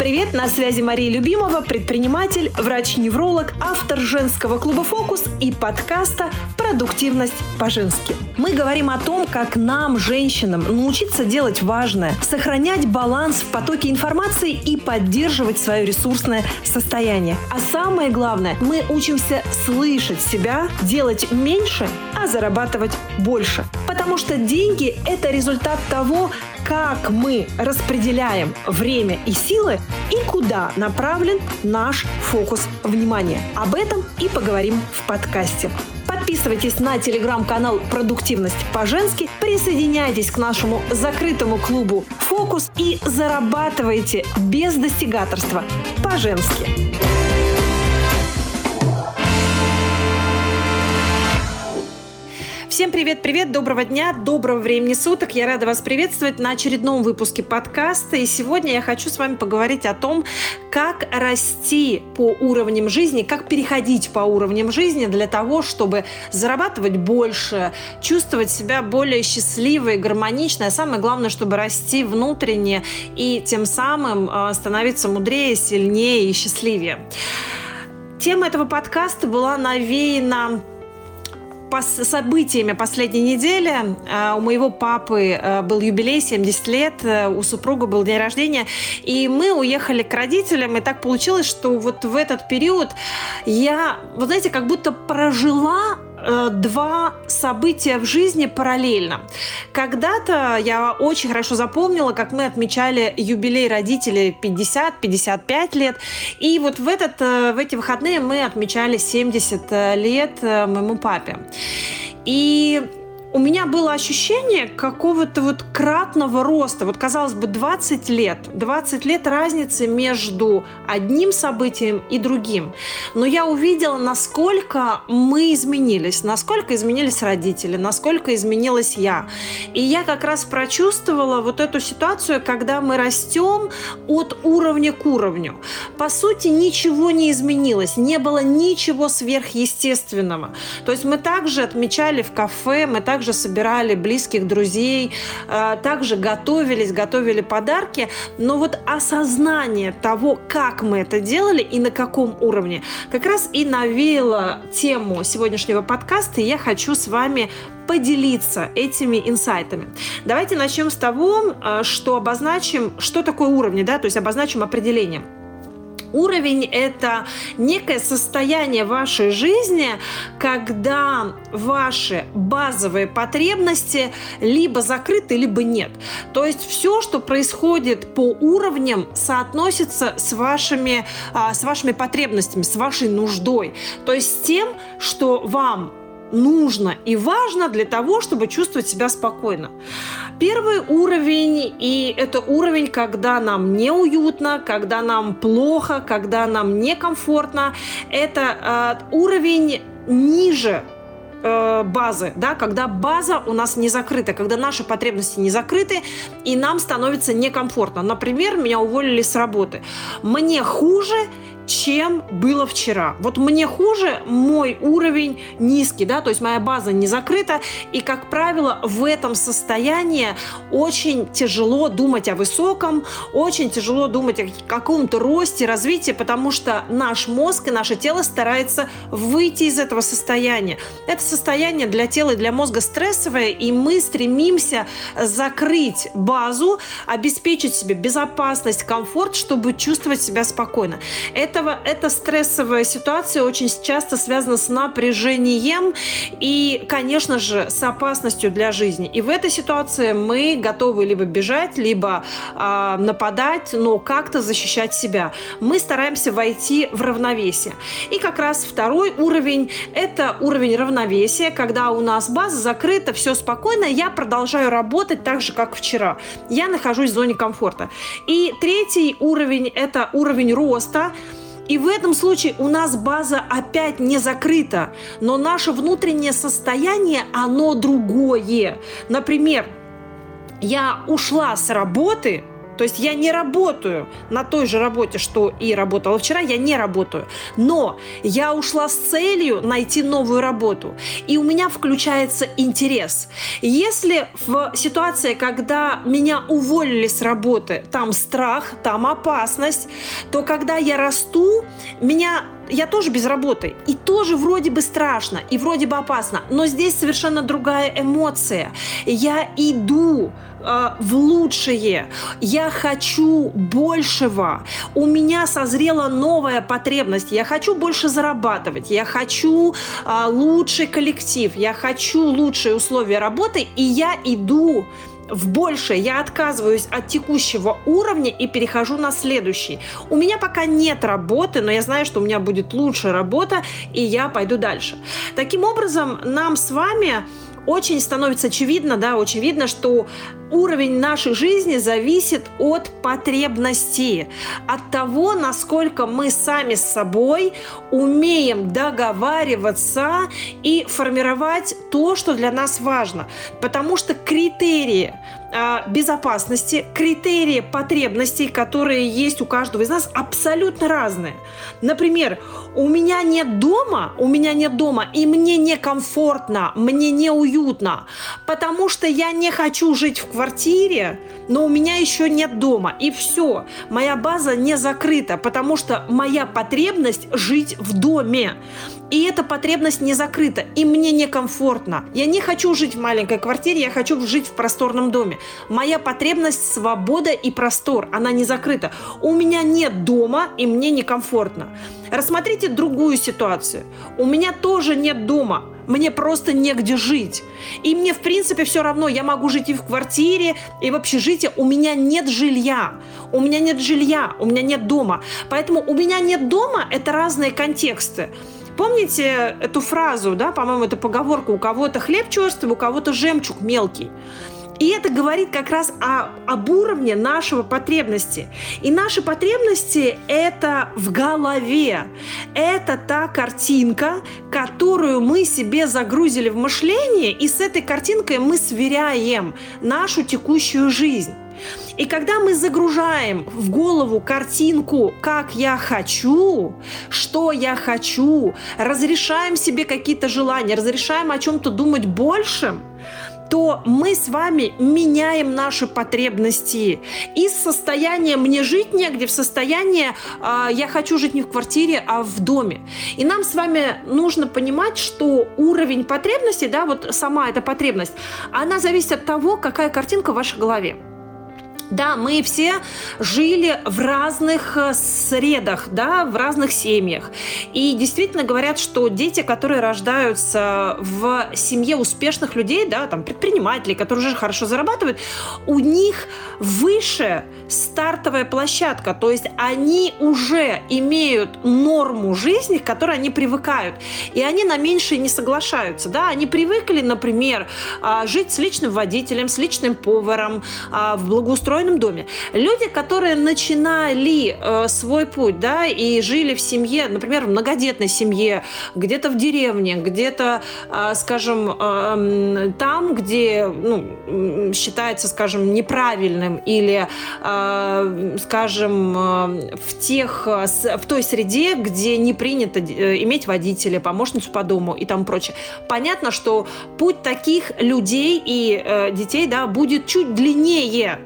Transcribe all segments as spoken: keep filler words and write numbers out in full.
привет! На связи Мария Любимова, предприниматель, врач-невролог, автор женского клуба «Фокус» и подкаста «Продуктивность по-женски». Мы говорим о том, как нам, женщинам, научиться делать важное, сохранять баланс в потоке информации и поддерживать свое ресурсное состояние. А самое главное, мы учимся слышать себя, делать меньше, а зарабатывать больше. Потому что деньги – это результат того, как мы распределяем время и силы и куда направлен наш фокус внимания. Об этом и поговорим в подкасте. Подписывайтесь на телеграм-канал «Продуктивность по-женски», присоединяйтесь к нашему закрытому клубу «Фокус» и зарабатывайте без достигаторства по-женски. Всем привет-привет, доброго дня, доброго времени суток. Я рада вас приветствовать на очередном выпуске подкаста. И сегодня я хочу с вами поговорить о том, как расти по уровням жизни, как переходить по уровням жизни для того, чтобы зарабатывать больше, чувствовать себя более счастливой, гармоничной, а самое главное, чтобы расти внутренне и тем самым становиться мудрее, сильнее и счастливее. Тема этого подкаста была навеяна событиями последней недели. У моего папы был юбилей, семьдесят лет, у супруга был день рождения, и мы уехали к родителям, и так получилось, что вот в этот период я, вы знаете, как будто прожила два события в жизни параллельно. Когда-то я очень хорошо запомнила, как мы отмечали юбилей родителей пятьдесят - пятьдесят пять лет. И вот в, этот, в эти выходные мы отмечали семьдесят лет моему папе. И у меня было ощущение какого-то вот кратного роста. Вот, казалось бы, двадцать лет. двадцать лет разницы между одним событием и другим. Но я увидела, насколько мы изменились, насколько изменились родители, насколько изменилась я. И я как раз прочувствовала вот эту ситуацию, когда мы растем от уровня к уровню. По сути, ничего не изменилось, не было ничего сверхъестественного. То есть мы также отмечали в кафе, мы также собирали близких друзей, также готовились, готовили подарки, но вот осознание того, как мы это делали и на каком уровне, как раз и навеяло тему сегодняшнего подкаста, и я хочу с вами поделиться этими инсайтами. Давайте начнем с того, что обозначим, что такое уровни, да, то есть обозначим определение. Уровень – это некое состояние вашей жизни, когда ваши базовые потребности либо закрыты, либо нет. То есть все, что происходит по уровням, соотносится с вашими, с вашими потребностями, с вашей нуждой. То есть с тем, что вам нужно и важно для того, чтобы чувствовать себя спокойно. Первый уровень, и это уровень, когда нам неуютно, когда нам плохо, когда нам некомфортно. Это э, уровень ниже э, базы, да, когда база у нас не закрыта, когда наши потребности не закрыты, и нам становится некомфортно. Например, меня уволили с работы. Мне хуже, чем было вчера. Вот мне хуже, мой уровень низкий, да, то есть моя база не закрыта, и, как правило, в этом состоянии очень тяжело думать о высоком, очень тяжело думать о каком-то росте, развитии, потому что наш мозг и наше тело старается выйти из этого состояния. Это состояние для тела и для мозга стрессовое, и мы стремимся закрыть базу, обеспечить себе безопасность, комфорт, чтобы чувствовать себя спокойно. Это Этого, эта стрессовая ситуация очень часто связана с напряжением и, конечно же, с опасностью для жизни. И в этой ситуации мы готовы либо бежать, либо э, нападать, но как-то защищать себя. Мы стараемся войти в равновесие. И как раз второй уровень – это уровень равновесия, когда у нас база закрыта, все спокойно, я продолжаю работать так же, как вчера. Я нахожусь в зоне комфорта. И третий уровень – это уровень роста. И в этом случае у нас база опять не закрыта, но наше внутреннее состояние, оно другое. Например, я ушла с работы, То есть я не работаю на той же работе, что и работала вчера, я не работаю. Но я ушла с целью найти новую работу. И у меня включается интерес. Если в ситуации, когда меня уволили с работы, там страх, там опасность, то когда я расту, меня... Я тоже без работы, и тоже вроде бы страшно, и вроде бы опасно, но здесь совершенно другая эмоция. Я иду э, в лучшее, я хочу большего, у меня созрела новая потребность, я хочу больше зарабатывать, я хочу э, лучший коллектив, я хочу лучшие условия работы, и я иду в большее, я отказываюсь от текущего уровня и перехожу на следующий. У меня пока нет работы, но я знаю, что у меня будет лучшая работа, и я пойду дальше. Таким образом, нам с вами очень становится очевидно, да, очень видно, что уровень нашей жизни зависит от потребностей, от того, насколько мы сами с собой умеем договариваться и формировать то, что для нас важно. Потому что критерии безопасности, критерии потребностей, которые есть у каждого из нас, абсолютно разные. Например, у меня нет дома, у меня нет дома, и мне некомфортно, мне неуютно, потому что я не хочу жить в квартире, но у меня еще нет дома. И все, моя база не закрыта, потому что моя потребность жить в доме. И эта потребность не закрыта, и мне некомфортно. Я не хочу жить в маленькой квартире, я хочу жить в просторном доме. Моя потребность – свобода и простор, она не закрыта. У меня нет дома, и мне некомфортно. Рассмотрите другую ситуацию. У меня тоже нет дома, мне просто негде жить. И мне, в принципе, все равно, я могу жить и в квартире, и в общежитии. У меня нет жилья. У меня нет жилья, у меня нет дома. Поэтому у меня нет дома – это разные контексты. Помните эту фразу, да, по-моему, это поговорка: у кого-то хлеб черствый, у кого-то жемчуг мелкий. И это говорит как раз о, об уровне нашего потребности. И наши потребности – это в голове. Это та картинка, которую мы себе загрузили в мышление, и с этой картинкой мы сверяем нашу текущую жизнь. И когда мы загружаем в голову картинку «как я хочу», «что я хочу», разрешаем себе какие-то желания, разрешаем о чем-то думать большим, то мы с вами меняем наши потребности из состояния «мне жить негде» в состояние э, «я хочу жить не в квартире, а в доме». И нам с вами нужно понимать, что уровень потребностей, да, вот сама эта потребность, она зависит от того, какая картинка в вашей голове. Да, мы все жили в разных средах, да, в разных семьях. И действительно говорят, что дети, которые рождаются в семье успешных людей, да, там, предпринимателей, которые уже хорошо зарабатывают, у них выше стартовая площадка. То есть они уже имеют норму жизни, к которой они привыкают. И они на меньшее не соглашаются. Да? Они привыкли, например, жить с личным водителем, с личным поваром, в благоустроенном доме. Люди, которые начинали э, свой путь, да, и жили в семье, например, в многодетной семье, где-то в деревне, где-то, э, скажем, э, там, где, ну, считается, скажем, неправильным, или, э, скажем, э, в тех, э, в той среде, где не принято э, иметь водителя, помощницу по дому и тому прочее. Понятно, что путь таких людей и э, детей, да, будет чуть длиннее.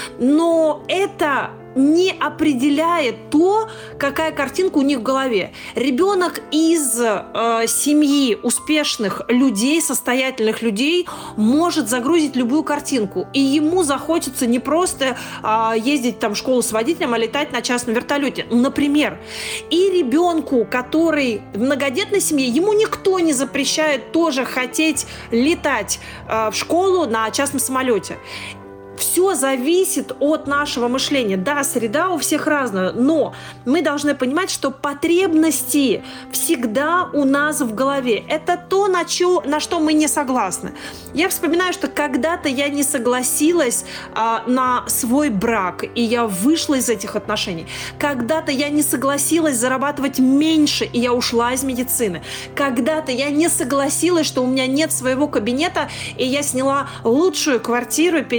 Но это не определяет то, какая картинка у них в голове. Ребенок из э, семьи успешных людей, состоятельных людей может загрузить любую картинку. И ему захочется не просто э, ездить там, в школу с водителем, а летать на частном вертолете, например. И ребенку, который в многодетной семье, ему никто не запрещает тоже хотеть летать э, в школу на частном самолете. Все зависит от нашего мышления. Да, среда у всех разная, но мы должны понимать, что потребности всегда у нас в голове. Это то, на, чё, на что мы не согласны. Я вспоминаю, что когда-то я не согласилась а, на свой брак, и я вышла из этих отношений. Когда-то я не согласилась зарабатывать меньше, и я ушла из медицины. Когда-то я не согласилась, что у меня нет своего кабинета, и я сняла лучшую квартиру и переехала в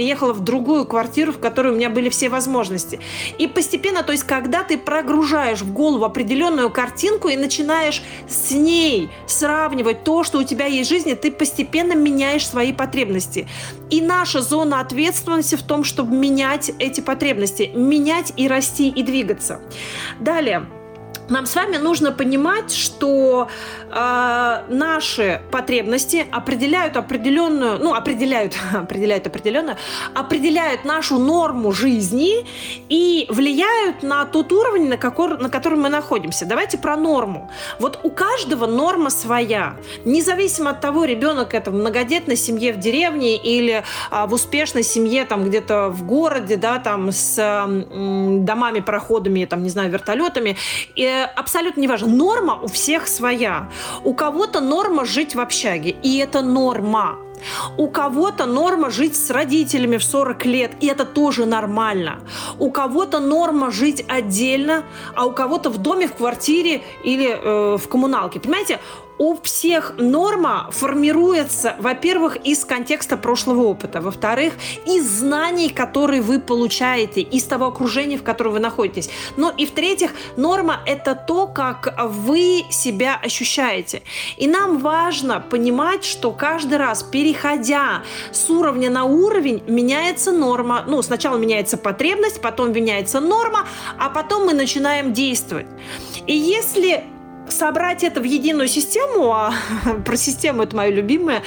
другую квартиру, в которой у меня были все возможности. И постепенно, то есть когда ты прогружаешь в голову определенную картинку и начинаешь с ней сравнивать то, что у тебя есть в жизни, ты постепенно меняешь свои потребности. И наша зона ответственности в том, чтобы менять эти потребности, менять и расти, и двигаться. Далее. Нам с вами нужно понимать, что э, наши потребности определяют определенную, ну, определяют, определяют определенную, определяют нашу норму жизни и влияют на тот уровень, на, какой, на котором мы находимся. Давайте про норму. Вот у каждого норма своя. Независимо от того, ребенок это в многодетной семье в деревне или э, в успешной семье там где-то в городе, да, там с э, домами, пароходами, там, не знаю, вертолетами. И абсолютно неважно. Норма у всех своя. У кого-то норма жить в общаге, и это норма. У кого-то норма жить с родителями в сорок лет, и это тоже нормально. У кого-то норма жить отдельно, а у кого-то в доме, в квартире или э, в коммуналке. Понимаете? У всех норма формируется, во-первых, из контекста прошлого опыта, во-вторых, из знаний, которые вы получаете, из того окружения, в котором вы находитесь. Ну и в-третьих, норма – это то, как вы себя ощущаете. И нам важно понимать, что каждый раз, переходя с уровня на уровень, меняется норма. Ну, сначала меняется потребность, потом меняется норма, а потом мы начинаем действовать. И если собрать это в единую систему, а про систему это мое любимое,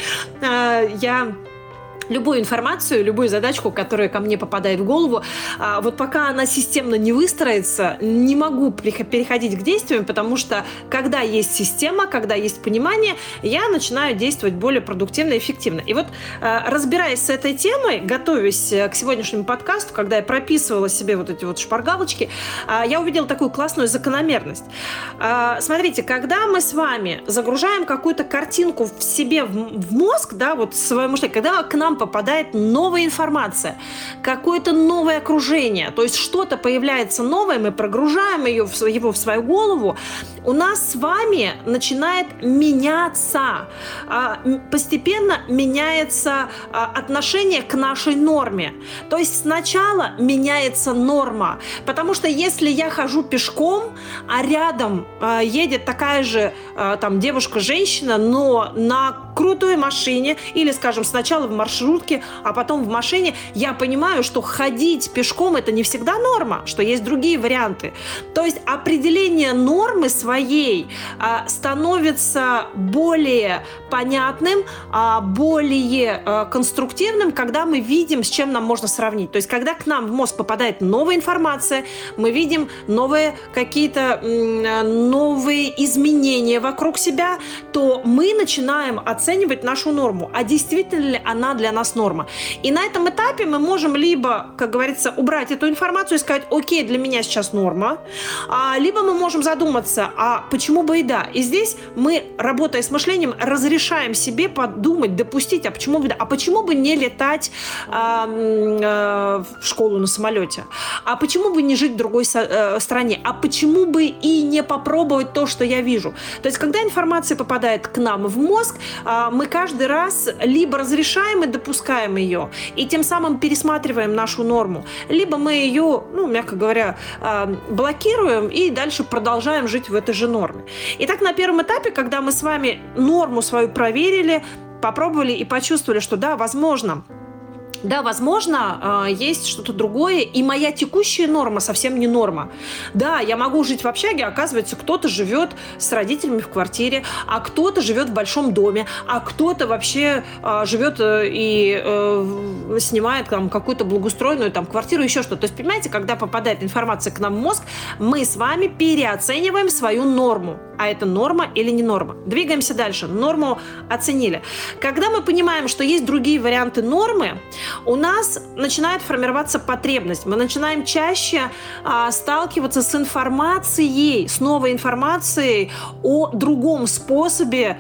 я любую информацию, любую задачку, которая ко мне попадает в голову, вот пока она системно не выстроится, не могу переходить к действиям, потому что когда есть система, когда есть понимание, я начинаю действовать более продуктивно и эффективно. И вот, разбираясь с этой темой, готовясь к сегодняшнему подкасту, когда я прописывала себе вот эти вот шпаргалочки, я увидела такую классную закономерность. Смотрите, когда мы с вами загружаем какую-то картинку в себе в мозг, да, вот свое мышление, когда к нам попадает новая информация, какое-то новое окружение, то есть что-то появляется новое, мы прогружаем ее в, его в свою голову, у нас с вами начинает меняться, постепенно меняется отношение к нашей норме. То есть сначала меняется норма, потому что если я хожу пешком, а рядом едет такая же там девушка-женщина, но на крутой машине, или, скажем, сначала в маршрутке, а потом в машине, я понимаю, что ходить пешком это не всегда норма, что есть другие варианты. То есть определение нормы своей а, становится более понятным, а, более а, конструктивным, когда мы видим, с чем нам можно сравнить. То есть когда к нам в мозг попадает новая информация, мы видим новые какие-то м, новые изменения вокруг себя, то мы начинаем оценивать нашу норму. А действительно ли она для нас норма? И на этом этапе мы можем либо, как говорится, убрать эту информацию и сказать: окей, для меня сейчас норма, а, либо мы можем задуматься, а почему бы и да. И здесь мы, работая с мышлением, разрешаем себе подумать, допустить, а почему бы да, а почему бы не летать а, а, в школу на самолете, а почему бы не жить в другой со, а, стране, а почему бы и не попробовать то, что я вижу. То есть, когда информация попадает к нам в мозг, а, мы каждый раз либо разрешаем и допускаем ее, и тем самым пересматриваем нашу норму, либо мы ее, ну, мягко говоря, блокируем и дальше продолжаем жить в этой же норме. Итак, на первом этапе, когда мы с вами норму свою проверили, попробовали и почувствовали, что да, возможно, Да, возможно, есть что-то другое, и моя текущая норма совсем не норма. Да, я могу жить в общаге, оказывается, кто-то живет с родителями в квартире, а кто-то живет в большом доме, а кто-то вообще живет и э, снимает там какую-то благоустроенную там квартиру, еще что-то. То есть, понимаете, когда попадает информация к нам в мозг, мы с вами переоцениваем свою норму. А это норма или не норма. Двигаемся дальше. Норму оценили. Когда мы понимаем, что есть другие варианты нормы, у нас начинает формироваться потребность. Мы начинаем чаще а, сталкиваться с информацией, с новой информацией о другом способе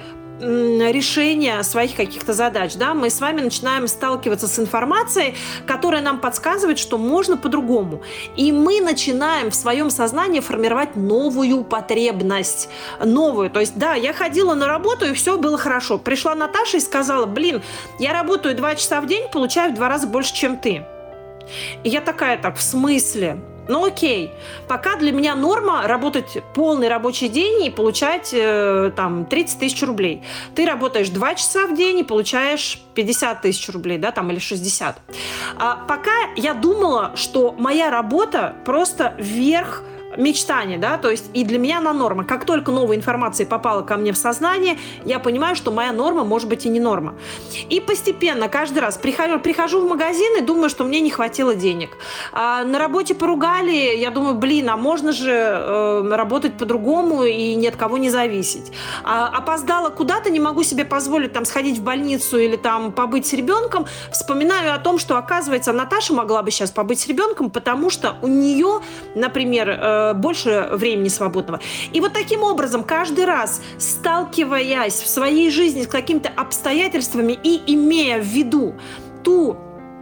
решения своих каких-то задач. Да? Мы с вами начинаем сталкиваться с информацией, которая нам подсказывает, что можно по-другому. И мы начинаем в своем сознании формировать новую потребность. Новую. То есть, да, я ходила на работу, и все было хорошо. Пришла Наташа и сказала: блин, я работаю два часа в день, получаю в два раза больше, чем ты. И я такая, так, в смысле? Ну окей, пока для меня норма работать полный рабочий день и получать э, там тридцать тысяч рублей. Ты работаешь два часа в день и получаешь пятьдесят тысяч рублей, да, там, или шестьдесят. А пока я думала, что моя работа просто верх мечтание, да, то есть и для меня она норма. Как только новая информация попала ко мне в сознание, я понимаю, что моя норма может быть и не норма. И постепенно, каждый раз прихожу, прихожу в магазин и думаю, что мне не хватило денег. А на работе поругали, я думаю, блин, а можно же э, работать по-другому и ни от кого не зависеть. А, опоздала куда-то, не могу себе позволить там сходить в больницу или там побыть с ребенком, вспоминаю о том, что, оказывается, Наташа могла бы сейчас побыть с ребенком, потому что у нее, например, э, больше времени свободного. И вот таким образом, каждый раз, сталкиваясь в своей жизни с какими-то обстоятельствами и имея в виду ту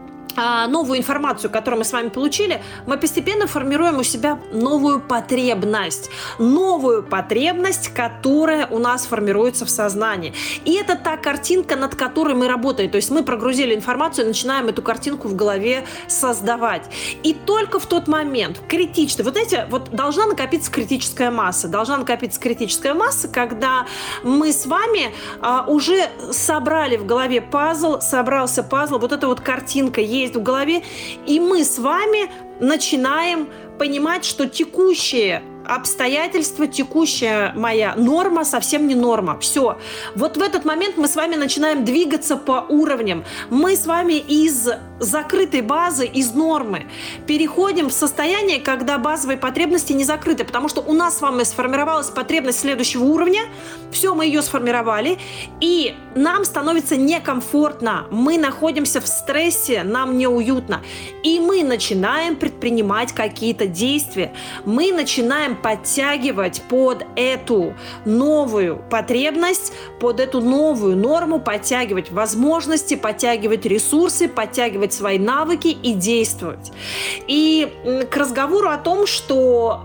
новую информацию, которую мы с вами получили, мы постепенно формируем у себя новую потребность. Новую потребность, которая у нас формируется в сознании. И это та картинка, над которой мы работаем. То есть мы прогрузили информацию и начинаем эту картинку в голове создавать. И только в тот момент, критично, вот эти, вот должна накопиться критическая масса. Должна накопиться критическая масса, когда мы с вами а, уже собрали в голове пазл, собрался пазл, вот эта вот картинка есть в голове, и мы с вами начинаем понимать, что текущие обстоятельства, текущая моя норма совсем не норма. Все. Вот в этот момент мы с вами начинаем двигаться по уровням. Мы с вами из закрытой базы, из нормы переходим в состояние, когда базовые потребности не закрыты, потому что у нас с вами сформировалась потребность следующего уровня, все, мы ее сформировали, и нам становится некомфортно, мы находимся в стрессе, нам неуютно, и мы начинаем предпринимать какие-то действия, мы начинаем подтягивать под эту новую потребность, под эту новую норму, подтягивать возможности, подтягивать ресурсы, подтягивать свои навыки и действовать. И к разговору о том, что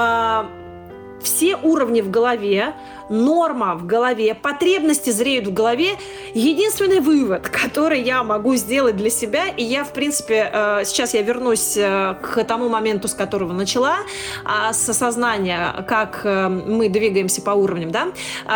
э, все уровни в голове, норма в голове, потребности зреют в голове. Единственный вывод, который я могу сделать для себя, и я, в принципе, сейчас я вернусь к тому моменту, с которого начала, с осознания, как мы двигаемся по уровням, да,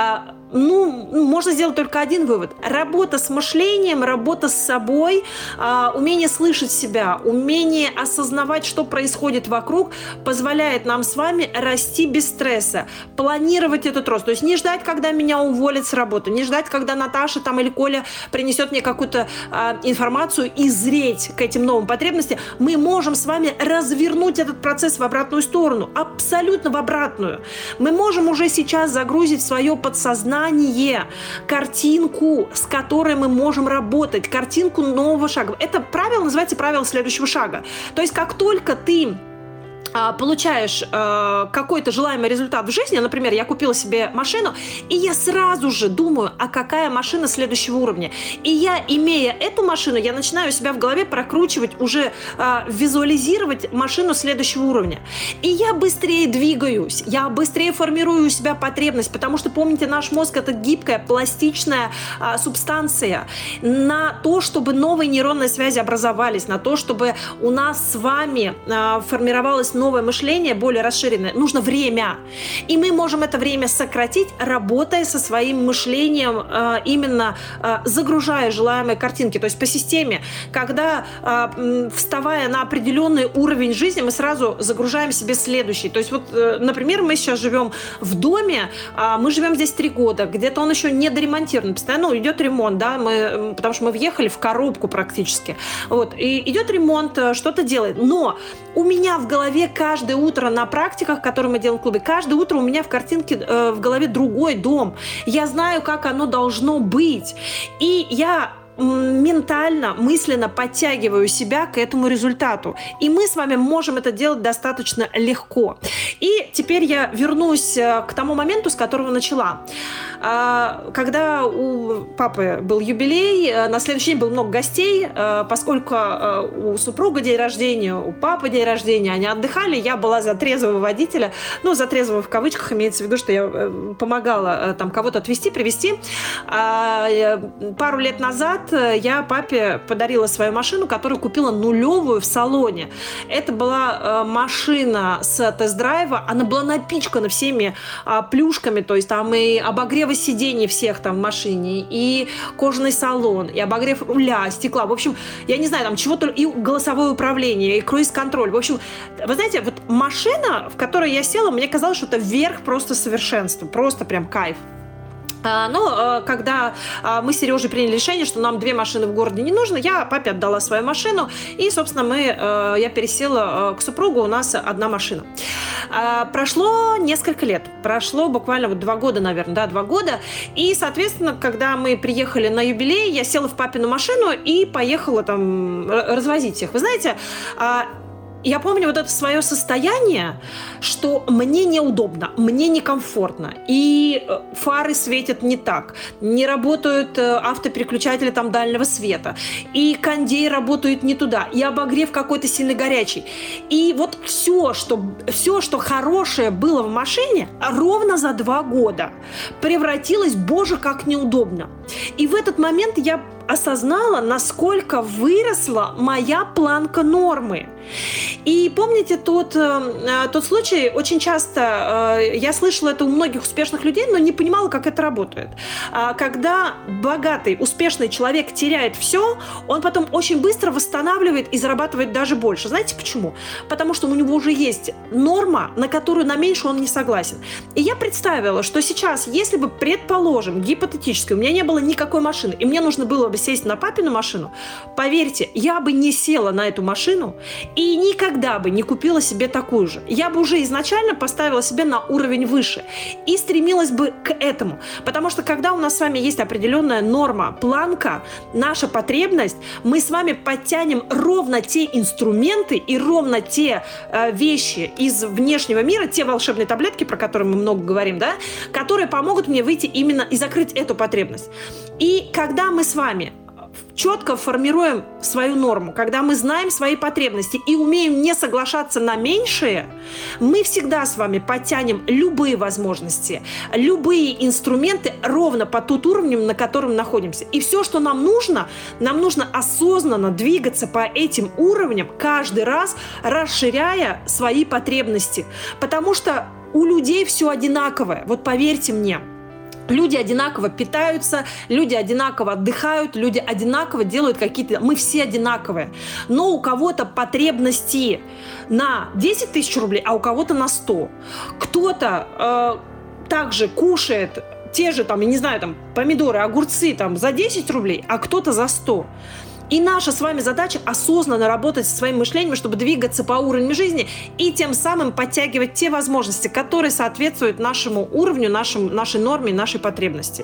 ну, можно сделать только один вывод. Работа с мышлением, работа с собой, э, умение слышать себя, умение осознавать, что происходит вокруг, позволяет нам с вами расти без стресса, планировать этот рост. То есть не ждать, когда меня уволят с работы, не ждать, когда Наташа там, или Коля принесет мне какую-то э, информацию и зреть к этим новым потребностям. Мы можем с вами развернуть этот процесс в обратную сторону, абсолютно в обратную. Мы можем уже сейчас загрузить в свое подсознание картинку, с которой мы можем работать, картинку нового шага. Это правило называется правило следующего шага. То есть как только ты получаешь э, какой-то желаемый результат в жизни, например, я купила себе машину, и я сразу же думаю, а какая машина следующего уровня. И я, имея эту машину, я начинаю у себя в голове прокручивать, уже э, визуализировать машину следующего уровня. И я быстрее двигаюсь, я быстрее формирую у себя потребность, потому что, помните, наш мозг — это гибкая, пластичная э, субстанция. На то, чтобы новые нейронные связи образовались, на то, чтобы у нас с вами э, формировалась новое мышление, более расширенное, нужно время. И мы можем это время сократить, работая со своим мышлением, э, именно э, загружая желаемые картинки. То есть по системе, когда, э, вставая на определенный уровень жизни, мы сразу загружаем себе следующий. То есть вот, э, например, мы сейчас живем в доме, э, мы живем здесь три года, где-то он еще не доремонтирован, постоянно ну, идет ремонт, да, мы, потому что мы въехали в коробку практически. Вот, и идет ремонт, что-то делает. Но у меня в голове каждое утро на практиках, которые мы делаем в клубе, каждое утро у меня в картинке э, в голове другой дом. Я знаю, как оно должно быть. И я ментально, мысленно подтягиваю себя к этому результату. И мы с вами можем это делать достаточно легко. И теперь я вернусь к тому моменту, с которого начала. Когда у папы был юбилей, на следующий день было много гостей, поскольку у супруга день рождения, у папы день рождения, они отдыхали, я была за трезвого водителя, ну, за трезвого в кавычках, имеется в виду, что я помогала там кого-то отвезти, привезти. Пару лет назад назад я папе подарила свою машину, которую купила нулевую в салоне. Это была машина с тест-драйва, она была напичкана всеми плюшками, то есть там и обогревы сидений всех там в машине, и кожаный салон, и обогрев руля, стекла. В общем, я не знаю, там чего-то, и голосовое управление, и круиз-контроль. В общем, вы знаете, вот машина, в которой я села, мне казалось, что это верх просто совершенства, просто прям кайф. Но когда мы с Сережей приняли решение, что нам две машины в городе не нужно, я папе отдала свою машину, и, собственно, мы, я пересела к супругу, у нас одна машина. Прошло несколько лет, прошло буквально вот два года, наверное, да, два года, и, соответственно, когда мы приехали на юбилей, я села в папину машину и поехала там развозить их. Вы знаете, я помню вот это свое состояние, что мне неудобно, мне некомфортно, и фары светят не так, не работают автопереключатели там дальнего света, и кондей работает не туда, и обогрев какой-то сильно горячий. И вот все, что, все, что хорошее было в машине, ровно за два года превратилось, боже, как неудобно. И в этот момент я осознала, насколько выросла моя планка нормы. И помните тот, тот случай, очень часто я слышала это у многих успешных людей, но не понимала, как это работает. Когда богатый, успешный человек теряет все, он потом очень быстро восстанавливает и зарабатывает даже больше. Знаете почему? Потому что у него уже есть норма, на которую на меньше он не согласен. И я представила, что сейчас, если бы, предположим, гипотетически, у меня не было никакой машины, и мне нужно было бы сесть на папину машину, поверьте, я бы не села на эту машину и никогда бы не купила себе такую же. Я бы уже изначально поставила себя на уровень выше и стремилась бы к этому. Потому что когда у нас с вами есть определенная норма, планка, наша потребность, мы с вами подтянем ровно те инструменты и ровно те э, вещи из внешнего мира, те волшебные таблетки, про которые мы много говорим, да, которые помогут мне выйти именно и закрыть эту потребность. И когда мы с вами четко формируем свою норму, когда мы знаем свои потребности и умеем не соглашаться на меньшее, мы всегда с вами подтянем любые возможности, любые инструменты ровно по тот уровню, на котором находимся. И все, что нам нужно, нам нужно осознанно двигаться по этим уровням, каждый раз расширяя свои потребности. Потому что у людей все одинаковое, вот поверьте мне. Люди одинаково питаются, люди одинаково отдыхают, люди одинаково делают какие-то... Мы все одинаковые. Но у кого-то потребности на десять тысяч рублей, а у кого-то на сто. Кто-то э, также кушает те же, там, я не знаю, там, помидоры, огурцы там, за десять рублей, а кто-то за сто. И наша с вами задача осознанно работать со своим мышлением, чтобы двигаться по уровню жизни и тем самым подтягивать те возможности, которые соответствуют нашему уровню, нашим, нашей норме, нашей потребности.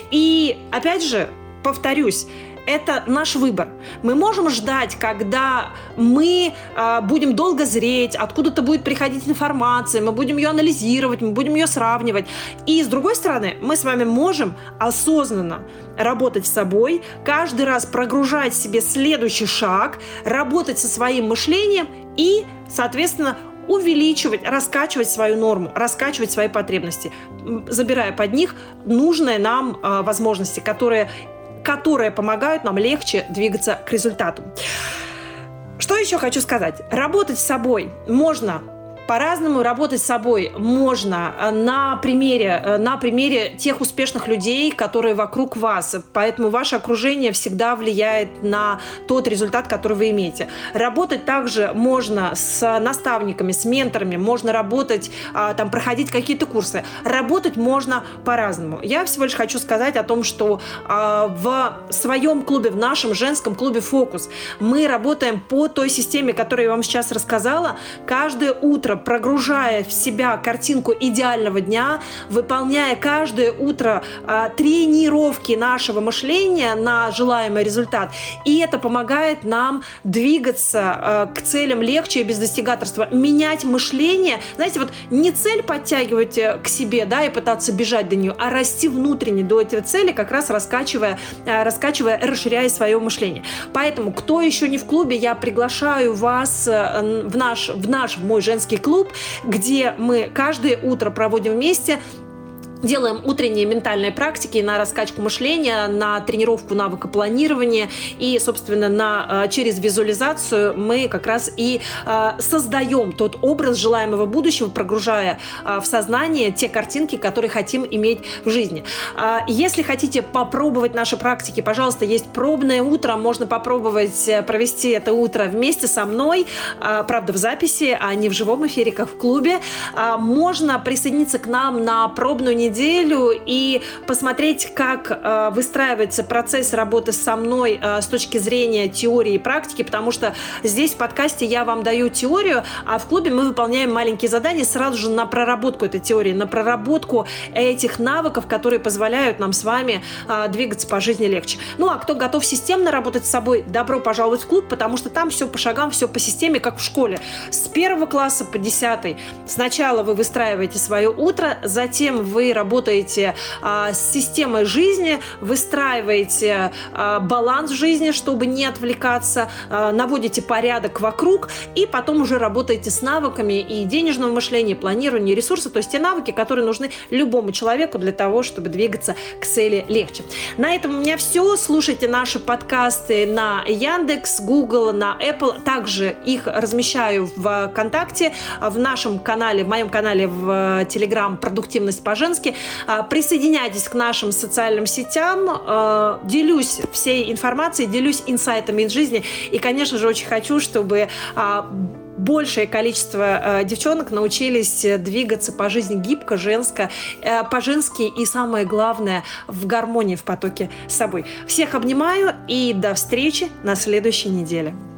И опять же, повторюсь, это наш выбор. Мы можем ждать, когда мы э, будем долго зреть, откуда-то будет приходить информация, мы будем ее анализировать, мы будем ее сравнивать. И с другой стороны, мы с вами можем осознанно работать с собой, каждый раз прогружать себе следующий шаг, работать со своим мышлением и, соответственно, увеличивать, раскачивать свою норму, раскачивать свои потребности, забирая под них нужные нам э, возможности, которые которые помогают нам легче двигаться к результату. Что еще хочу сказать? Работать с собой можно по-разному, работать с собой можно на примере, на примере тех успешных людей, которые вокруг вас. Поэтому ваше окружение всегда влияет на тот результат, который вы имеете. Работать также можно с наставниками, с менторами, можно работать, там, проходить какие-то курсы. Работать можно по-разному. Я всего лишь хочу сказать о том, что в своем клубе, в нашем женском клубе «Фокус» мы работаем по той системе, которую я вам сейчас рассказала. Каждое утро прогружая в себя картинку идеального дня, выполняя каждое утро а, тренировки нашего мышления на желаемый результат. И это помогает нам двигаться а, к целям легче и без достигаторства. Менять мышление. Знаете, вот не цель подтягивать к себе, да, и пытаться бежать до нее, а расти внутренне до этой цели, как раз раскачивая, а, раскачивая, расширяя свое мышление. Поэтому, кто еще не в клубе, я приглашаю вас в наш, в наш, в мой женский клуб, где мы каждое утро проводим вместе Делаем утренние ментальные практики на раскачку мышления, на тренировку навыка планирования и, собственно, на, через визуализацию мы как раз и создаем тот образ желаемого будущего, прогружая в сознание те картинки, которые хотим иметь в жизни. Если хотите попробовать наши практики, пожалуйста, есть пробное утро, можно попробовать провести это утро вместе со мной, правда, в записи, а не в живом эфире, как в клубе. Можно присоединиться к нам на пробную неделю неделю и посмотреть, как э, выстраивается процесс работы со мной э, с точки зрения теории и практики, потому что здесь в подкасте я вам даю теорию, а в клубе мы выполняем маленькие задания сразу же на проработку этой теории, на проработку этих навыков, которые позволяют нам с вами э, двигаться по жизни легче. Ну, а кто готов системно работать с собой, добро пожаловать в клуб, потому что там все по шагам, все по системе, как в школе. С первого класса по десятый. Сначала вы выстраиваете свое утро, затем вы работаете а, с системой жизни, выстраиваете а, баланс в жизни, чтобы не отвлекаться, а, наводите порядок вокруг, и потом уже работаете с навыками и денежного мышления, планирования, ресурсов, то есть те навыки, которые нужны любому человеку для того, чтобы двигаться к цели легче. На этом у меня все. Слушайте наши подкасты на Яндекс, Google, на Apple. Также их размещаю в ВКонтакте, в нашем канале, в моем канале в Telegram «Продуктивность по-женски». Присоединяйтесь к нашим социальным сетям, делюсь всей информацией, делюсь инсайтами из жизни. И, конечно же, очень хочу, чтобы большее количество девчонок научились двигаться по жизни гибко, женско, по-женски и, самое главное, в гармонии, в потоке с собой. Всех обнимаю и до встречи на следующей неделе.